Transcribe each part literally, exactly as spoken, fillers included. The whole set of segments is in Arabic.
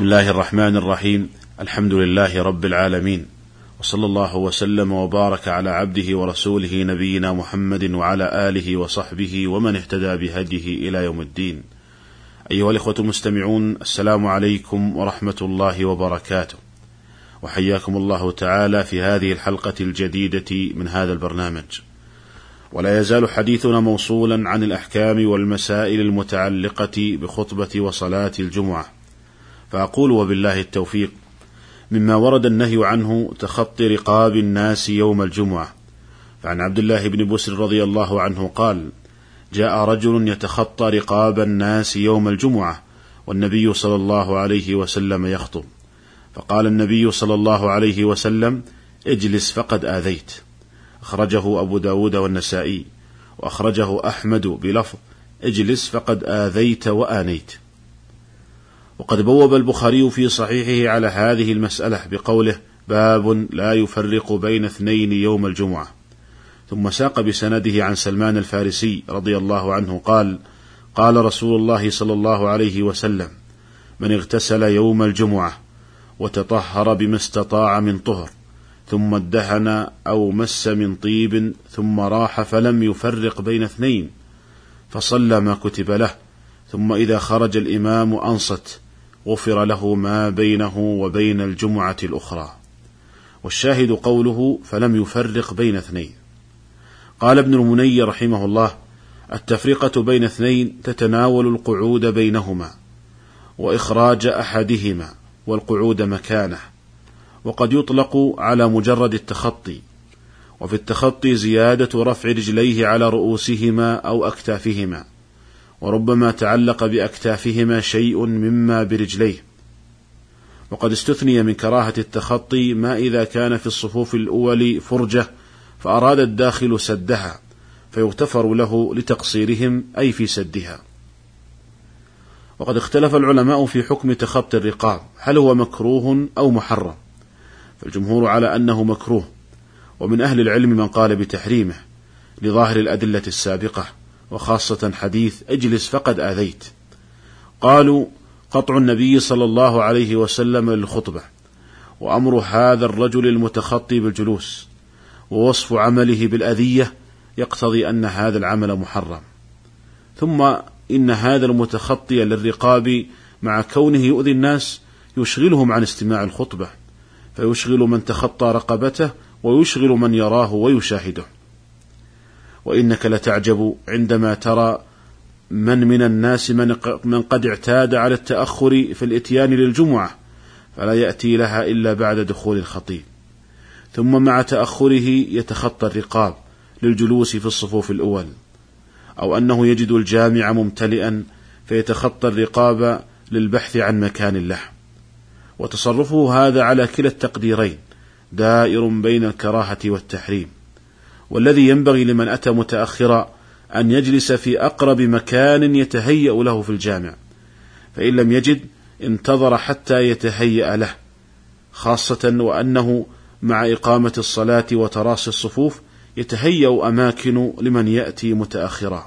بسم الله الرحمن الرحيم. الحمد لله رب العالمين، وصلى الله وسلم وبارك على عبده ورسوله نبينا محمد وعلى آله وصحبه ومن اهتدى بهديه إلى يوم الدين. أيها الإخوة المستمعون، السلام عليكم ورحمة الله وبركاته، وحياكم الله تعالى في هذه الحلقة الجديدة من هذا البرنامج. ولا يزال حديثنا موصولا عن الأحكام والمسائل المتعلقة بخطبة وصلاة الجمعة، فأقول وبالله التوفيق: مما ورد النهي عنه تخطي رقاب الناس يوم الجمعة. فعن عبد الله بن بسر رضي الله عنه قال: جاء رجل يتخطى رقاب الناس يوم الجمعة والنبي صلى الله عليه وسلم يخطب، فقال النبي صلى الله عليه وسلم: اجلس فقد آذيت. أخرجه أبو داود والنسائي، وأخرجه أحمد بلفظ: اجلس فقد آذيت وآنيت. وقد بوب البخاري في صحيحه على هذه المسألة بقوله: باب لا يفرق بين اثنين يوم الجمعة. ثم ساق بسنده عن سلمان الفارسي رضي الله عنه قال: قال رسول الله صلى الله عليه وسلم: من اغتسل يوم الجمعة وتطهر بما استطاع من طهر ثم ادهن أو مس من طيب ثم راح فلم يفرق بين اثنين فصلى ما كتب له، ثم إذا خرج الإمام أنصت غفر له ما بينه وبين الجمعة الأخرى. والشاهد قوله: فلم يفرق بين اثنين. قال ابن المنير رحمه الله: التفرقة بين اثنين تتناول القعود بينهما وإخراج أحدهما والقعود مكانه، وقد يطلق على مجرد التخطي. وفي التخطي زيادة رفع رجليه على رؤوسهما أو أكتافهما، وربما تعلق بأكتافهما شيء مما برجليه. وقد استثني من كراهة التخطي ما إذا كان في الصفوف الأول فرجة فأراد الداخل سدها فيغتفر له لتقصيرهم أي في سدها. وقد اختلف العلماء في حكم تخطي الرقاب، هل هو مكروه أو محرم؟ فالجمهور على أنه مكروه، ومن أهل العلم من قال بتحريمه لظاهر الأدلة السابقة، وخاصة حديث اجلس فقد آذيت. قالوا: قطع النبي صلى الله عليه وسلم للخطبة، وأمر هذا الرجل المتخطي بالجلوس، ووصف عمله بالأذية يقتضي أن هذا العمل محرم. ثم إن هذا المتخطي للرقاب مع كونه يؤذي الناس يشغلهم عن استماع الخطبة، فيشغل من تخطى رقبته ويشغل من يراه ويشاهده. وإنك لتعجب عندما ترى من من الناس من قد اعتاد على التأخر في الإتيان للجمعة فلا يأتي لها إلا بعد دخول الخطيب، ثم مع تأخره يتخطى الرقاب للجلوس في الصفوف الأول، أو أنه يجد الجامع ممتلئا فيتخطى الرقاب للبحث عن مكان له. وتصرفه هذا على كلا التقديرين دائر بين الكراهة والتحريم. والذي ينبغي لمن أتى متأخرا أن يجلس في أقرب مكان يتهيأ له في الجامع، فإن لم يجد انتظر حتى يتهيأ له، خاصة وأنه مع إقامة الصلاة وتراصي الصفوف يتهيأ أماكن لمن يأتي متأخرا.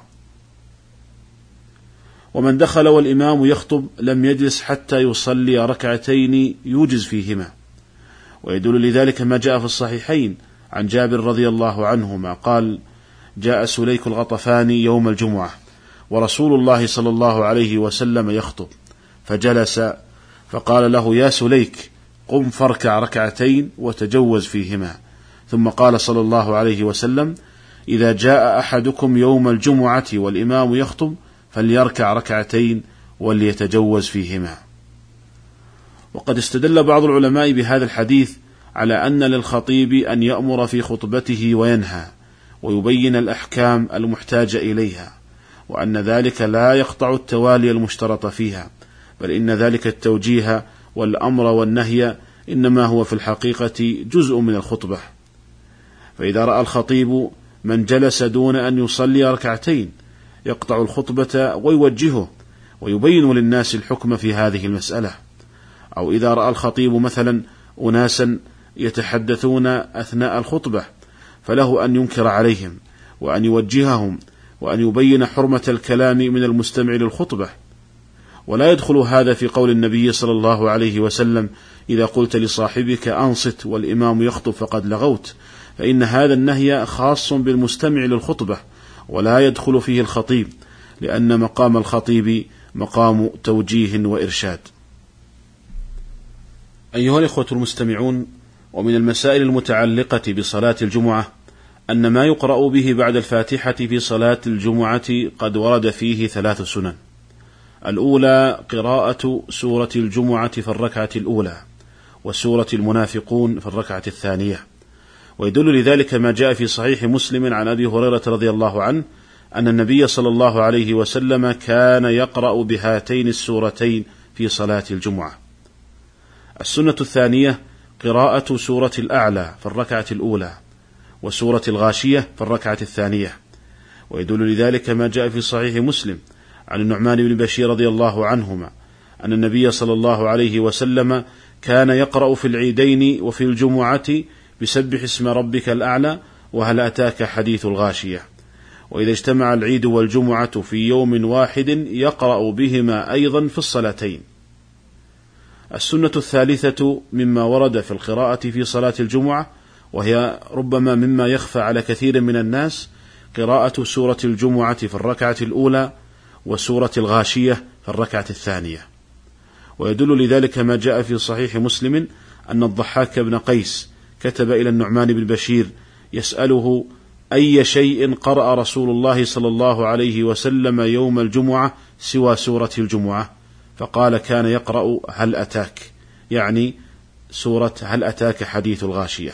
ومن دخل والإمام يخطب لم يجلس حتى يصلي ركعتين يوجز فيهما. ويدل لذلك ما جاء في الصحيحين عن جابر رضي الله عنهما قال: جاء سليك الغطفاني يوم الجمعة ورسول الله صلى الله عليه وسلم يخطب، فجلس فقال له: يا سليك، قم فاركع ركعتين وتجوز فيهما. ثم قال صلى الله عليه وسلم: إذا جاء أحدكم يوم الجمعة والإمام يخطب فليركع ركعتين وليتجوز فيهما. وقد استدل بعض العلماء بهذا الحديث على أن للخطيب أن يأمر في خطبته وينهى ويبين الأحكام المحتاج إليها، وأن ذلك لا يقطع التوالي المشترط فيها، بل إن ذلك التوجيه والأمر والنهي إنما هو في الحقيقة جزء من الخطبة. فإذا رأى الخطيب من جلس دون أن يصلي ركعتين يقطع الخطبة ويوجهه ويبين للناس الحكم في هذه المسألة. أو إذا رأى الخطيب مثلا أناسا يتحدثون أثناء الخطبة فله أن ينكر عليهم وأن يوجههم وأن يبين حرمة الكلام من المستمع للخطبة. ولا يدخل هذا في قول النبي صلى الله عليه وسلم: إذا قلت لصاحبك أنصت والإمام يخطب فقد لغوت، فإن هذا النهي خاص بالمستمع للخطبة ولا يدخل فيه الخطيب، لأن مقام الخطيب مقام توجيه وإرشاد. أيها الإخوة المستمعون، ومن المسائل المتعلقة بصلاة الجمعة أن ما يقرأ به بعد الفاتحة في صلاة الجمعة قد ورد فيه ثلاث سنن. الأولى قراءة سورة الجمعة في الركعة الأولى، وسورة المنافقون في الركعة الثانية. ويدل لذلك ما جاء في صحيح مسلم عن أبي هريرة رضي الله عنه أن النبي صلى الله عليه وسلم كان يقرأ بهاتين السورتين في صلاة الجمعة. السنة الثانية قراءة سورة الأعلى في الركعة الأولى، وسورة الغاشية في الركعة الثانية. ويدل لذلك ما جاء في صحيح مسلم عن النعمان بن بشير رضي الله عنهما أن النبي صلى الله عليه وسلم كان يقرأ في العيدين وفي الجمعة بسبح اسم ربك الأعلى وهل أتاك حديث الغاشية. وإذا اجتمع العيد والجمعة في يوم واحد يقرأ بهما أيضا في الصلاتين. السنة الثالثة مما ورد في القراءة في صلاة الجمعة، وهي ربما مما يخفى على كثير من الناس، قراءة سورة الجمعة في الركعة الأولى وسورة الغاشية في الركعة الثانية. ويدل لذلك ما جاء في صحيح مسلم أن الضحاك بن قيس كتب إلى النعمان بن بشير يسأله: أي شيء قرأ رسول الله صلى الله عليه وسلم يوم الجمعة سوى سورة الجمعة؟ فقال: كان يقرأ هل أتاك، يعني سورة هل أتاك حديث الغاشية.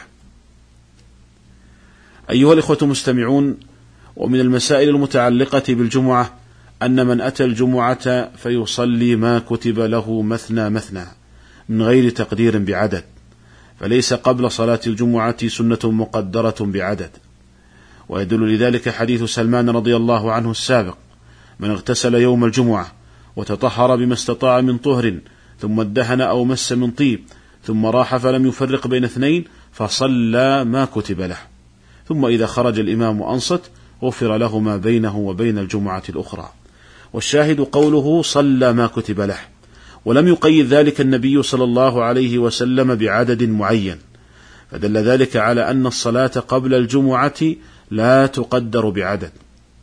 أيها الإخوة المستمعون، ومن المسائل المتعلقة بالجمعة أن من أتى الجمعة فيصلي ما كتب له مثنى مثنى من غير تقدير بعدد، فليس قبل صلاة الجمعة سنة مقدرة بعدد. ويدل لذلك حديث سلمان رضي الله عنه السابق: من اغتسل يوم الجمعة وتطهر بما استطاع من طهر ثم ادهن أو مس من طيب ثم راح فلم يفرق بين اثنين فصلى ما كتب له، ثم إذا خرج الإمام أنصت غفر له ما بينه وبين الجمعة الأخرى. والشاهد قوله صلى ما كتب له، ولم يقيد ذلك النبي صلى الله عليه وسلم بعدد معين، فدل ذلك على أن الصلاة قبل الجمعة لا تقدر بعدد.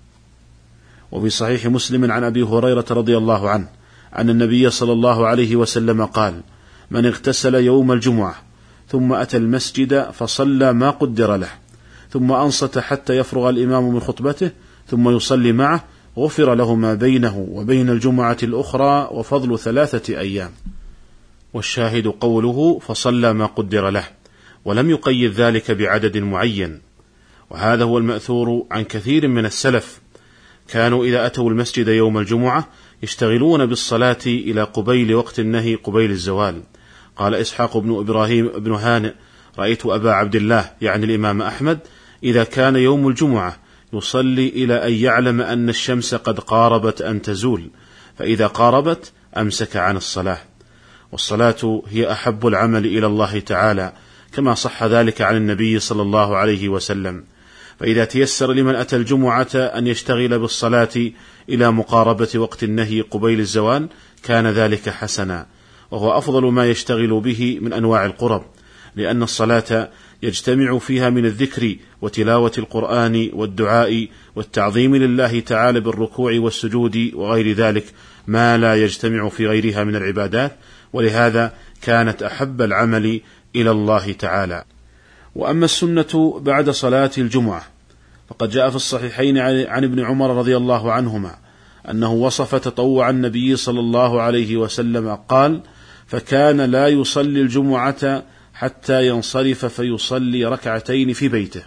وفي صحيح مسلم عن أبي هريرة رضي الله عنه أن النبي صلى الله عليه وسلم قال: من اغتسل يوم الجمعة ثم أتى المسجد فصلى ما قدر له ثم أنصت حتى يفرغ الإمام من خطبته ثم يصلي معه غفر له ما بينه وبين الجمعة الأخرى وفضل ثلاثة أيام. والشاهد قوله فصلى ما قدر له، ولم يقيد ذلك بعدد معين. وهذا هو المأثور عن كثير من السلف، كانوا إذا أتوا المسجد يوم الجمعة يشتغلون بالصلاة إلى قبيل وقت النهي قبيل الزوال. قال إسحاق بن إبراهيم بن هانئ: رأيت أبا عبد الله يعني الإمام أحمد إذا كان يوم الجمعة يصلي إلى أن يعلم أن الشمس قد قاربت أن تزول، فإذا قاربت أمسك عن الصلاة. والصلاة هي أحب العمل إلى الله تعالى، كما صح ذلك عن النبي صلى الله عليه وسلم. فإذا تيسر لمن أتى الجمعة أن يشتغل بالصلاة إلى مقاربة وقت النهي قبيل الزوال كان ذلك حسنا، وهو أفضل ما يشتغل به من أنواع القرب، لأن الصلاة يجتمع فيها من الذكر وتلاوة القرآن والدعاء والتعظيم لله تعالى بالركوع والسجود وغير ذلك ما لا يجتمع في غيرها من العبادات، ولهذا كانت أحب العمل إلى الله تعالى. وأما السنة بعد صلاة الجمعة فقد جاء في الصحيحين عن ابن عمر رضي الله عنهما أنه وصف تطوع النبي صلى الله عليه وسلم قال: فكان لا يصلي الجمعة حتى ينصرف فيصلي ركعتين في بيته.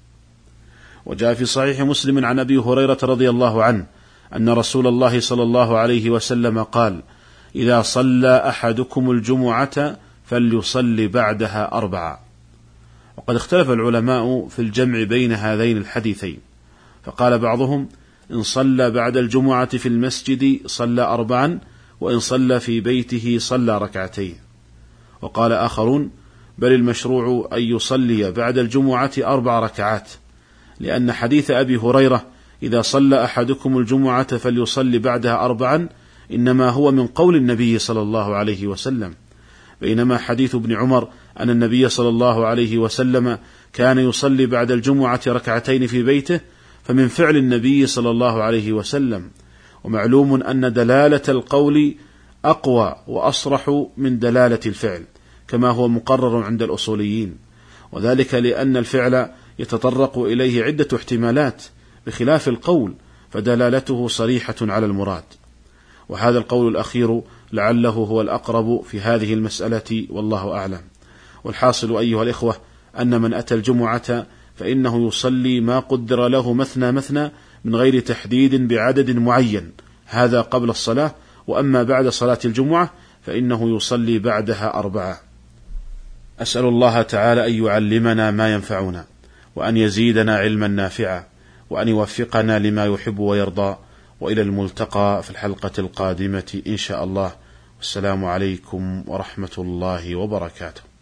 وجاء في صحيح مسلم عن أبي هريرة رضي الله عنه أن رسول الله صلى الله عليه وسلم قال: إذا صلى أحدكم الجمعة فليصلي بعدها أربعة. وقد اختلف العلماء في الجمع بين هذين الحديثين، فقال بعضهم: إن صلى بعد الجمعة في المسجد صلى أربعا، وإن صلى في بيته صلى ركعتين. وقال آخرون: بل المشروع أن يصلي بعد الجمعة أربع ركعات، لأن حديث أبي هريرة إذا صلى أحدكم الجمعة فليصلي بعدها أربعا إنما هو من قول النبي صلى الله عليه وسلم. بينما حديث ابن عمر أن النبي صلى الله عليه وسلم كان يصلي بعد الجمعة ركعتين في بيته فمن فعل النبي صلى الله عليه وسلم. ومعلوم أن دلالة القول أقوى وأصرح من دلالة الفعل كما هو مقرر عند الأصوليين، وذلك لأن الفعل يتطرق إليه عدة احتمالات بخلاف القول فدلالته صريحة على المراد. وهذا القول الأخير لعله هو الأقرب في هذه المسألة والله أعلم. والحاصل أيها الإخوة أن من أتى الجمعة فإنه يصلي ما قدر له مثنى مثنى من غير تحديد بعدد معين، هذا قبل الصلاة. وأما بعد صلاة الجمعة فإنه يصلي بعدها أربعة. أسأل الله تعالى أن يعلمنا ما ينفعنا، وأن يزيدنا علما نافعا، وأن يوفقنا لما يحب ويرضى. وإلى الملتقى في الحلقة القادمة إن شاء الله. والسلام عليكم ورحمة الله وبركاته.